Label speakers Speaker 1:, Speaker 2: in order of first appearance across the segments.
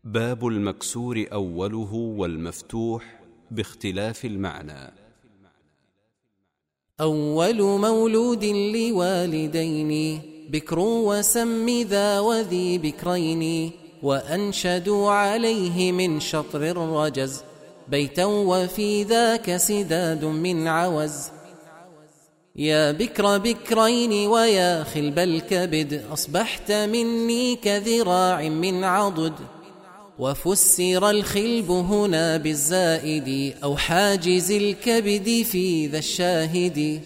Speaker 1: باب المكسور أوله والمفتوح باختلاف المعنى.
Speaker 2: أول مولود لوالدين بكر وسم ذا وذي بكرين، وأنشدوا عليه من شطر الرجز بيتا وفي ذاك سداد من عوز. يا بكر بكرين ويا خلب الكبد، أصبحت مني كذراع من عضد. وفسر الخلب هنا بالزائد أو حاجز الكبد في ذا الشاهد.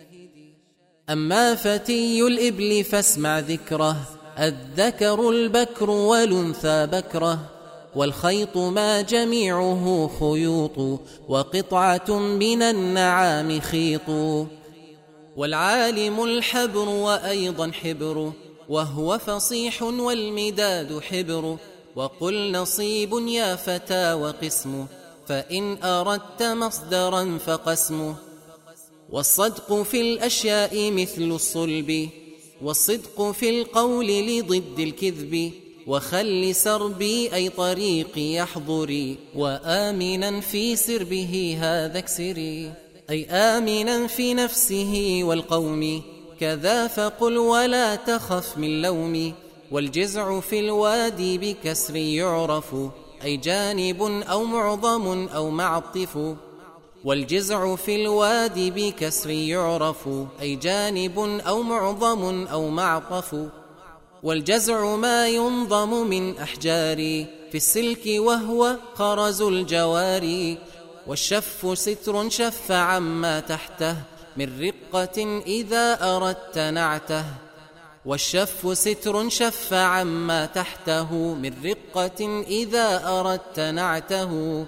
Speaker 2: أما فتي الإبل فاسمع ذكره، الذكر البكر والأنثى بكره. والخيط ما جميعه خيوط، وقطعة من النعام خيط. والعالم الحبر وأيضا حبر، وهو فصيح والمداد حبر. وقل نصيب يا فتى وقسم، فإن أردت مصدرا فقسمه. والصدق في الأشياء مثل الصلب، والصدق في القول لضد الكذب. وخل سربي أي طريقي يحضري، وآمنا في سربه هذا اكسري، أي آمنا في نفسه والقوم. كذا فقل ولا تخف من لوم. والجزع في الوادي بكسر يعرف، أي جانب أو معظم أو معطف. والجزع في الوادي بكسر يعرف، أي جانب أو معظم أو معطف. والجزع ما ينظم من أحجار في السلك، وهو خرز الجوار. والشف ستر شف عما تحته من رقة إذا أردت نعته. والشف ستر شف عما تحته من رقة إذا أردت نعته.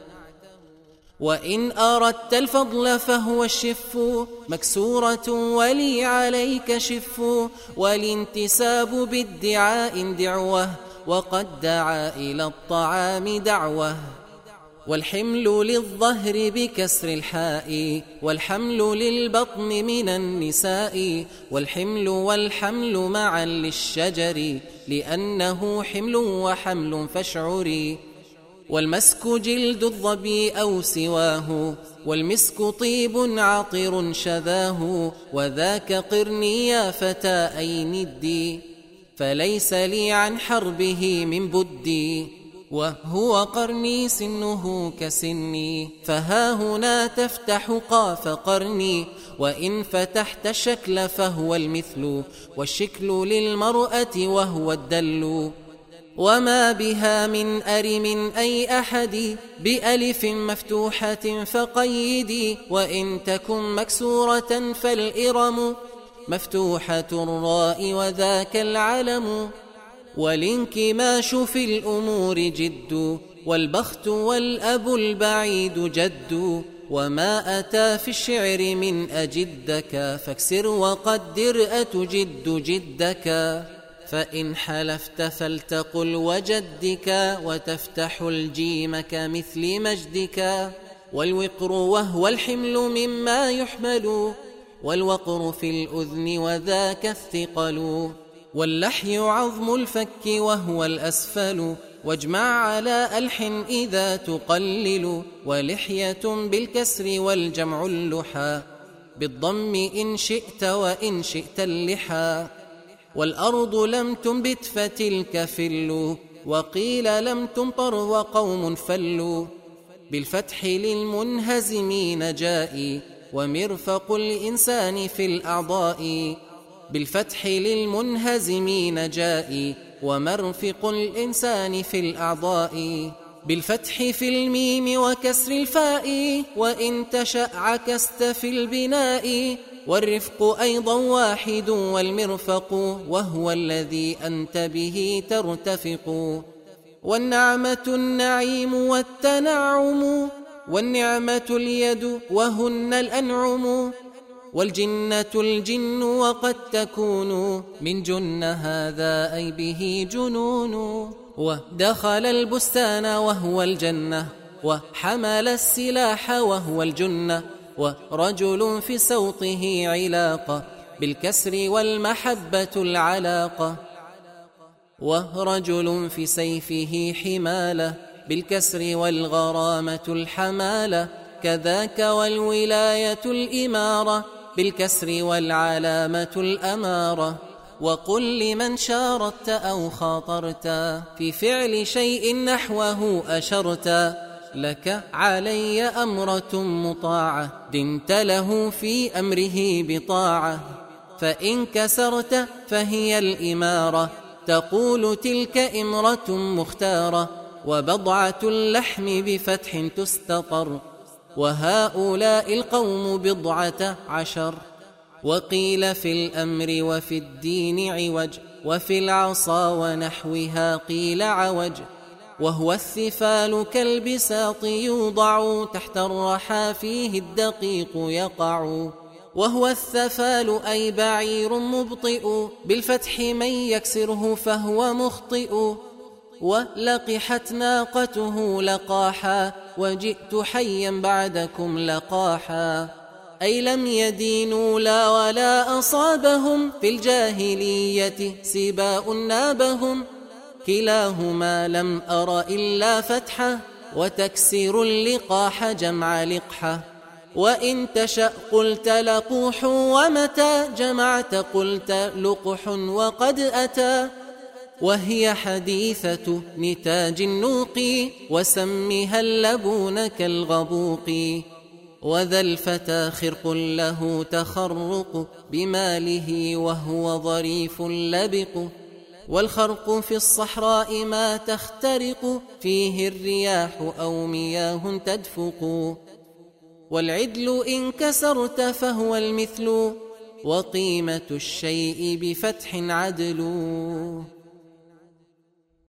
Speaker 2: وإن أردت الفضل فهو الشف مكسورة، ولي عليك شف. والانتساب بالدعاء دعوة، وقد دعا إلى الطعام دعوة. والحمل للظهر بكسر الحاء، والحمل للبطن من النساء. والحمل والحمل معا للشجر، لأنه حمل وحمل فاشعري. والمسك جلد الظبي أو سواه، والمسك طيب عطر شذاه. وذاك قرني يا فتى أي ندي، فليس لي عن حربه من بدي. وهو قرني سنه كسني، فها هنا تفتح قاف قرني. وإن فتحت الشكل فهو المثل، والشكل للمرأة وهو الدل. وما بها من أرم أي أحد بألف مفتوحة فقيدي. وإن تكن مكسورة فالإرم مفتوحة الراء وذاك العلم. والانكماش في الأمور جد، والبخت والأب البعيد جد. وما أتى في الشعر من أجدك، فاكسر وقدر أتجد جدك. فإن حلفت فلتقل وجدك، وتفتح الجيم كمثل مجدك. والوقر وهو الحمل مما يحمل، والوقر في الأذن وذاك الثقل. واللحي عظم الفك وهو الأسفل، واجمع على ألح إذا تقلل. ولحية بالكسر والجمع اللحى، بالضم إن شئت وإن شئت اللحى. والأرض لم تنبت فتلك فل، وقيل لم تمطر وقوم فلوا. بالفتح للمنهزمين جائي، ومرفق الإنسان في الأعضاء. بالفتح للمنهزمين جائي، ومرفق الإنسان في الأعضاء. بالفتح في الميم وكسر الفاء، وإن تشأ عكست في البناء. والرفق أيضا واحد والمرفق، وهو الذي أنت به ترتفق. والنعمة النعيم والتنعم، والنعمة اليد وهن الأنعم. والجنة الجن وقد تكون من جن هذا أي به جنون. ودخل البستان وهو الجنة، وحمل السلاح وهو الجنة. ورجل في سوطه علاقة، بالكسر والمحبة العلاقة. ورجل في سيفه حمالة بالكسر والغرامة الحمالة كذاك والولاية الإمارة بالكسر والعلامة الأمارة. وقل لمن شارطت أو خاطرت في فعل شيء نحوه أشرت لك علي أمرة مطاعة دنت له في أمره بطاعة. فإن كسرت فهي الإمارة تقول تلك إمرة مختارة وبضعة اللحم بفتح تستطر وهؤلاء القوم 14. وقيل في الأمر وفي الدين عوج وفي العصا ونحوها قيل عوج. وهو الثفال كالبساط يوضع تحت الرحى فيه الدقيق يقع. وهو الثفال أي بعير مبطئ بالفتح من يكسره فهو مخطئ. ولقحت ناقته لقاحا وجئت حيا بعدكم لقاحا أي لم يدينوا لا ولا أصابهم في الجاهلية سباء نابهم. كلاهما لم أر إلا فتحة وتكسير اللقاح جمع لقحة. وإن تشأ قلت لقوح ومتى جمعت قلت لقح وقد أتى. وهي حديثة نتاج النوق وسمها اللبون كالغبوق. وذا الفتى خرق له تخرق بماله وهو ظريف لبق. والخرق في الصحراء ما تخترق فيه الرياح أو مياه تدفق. والعدل إن كسرت فهو المثل وقيمة الشيء بفتح عدل.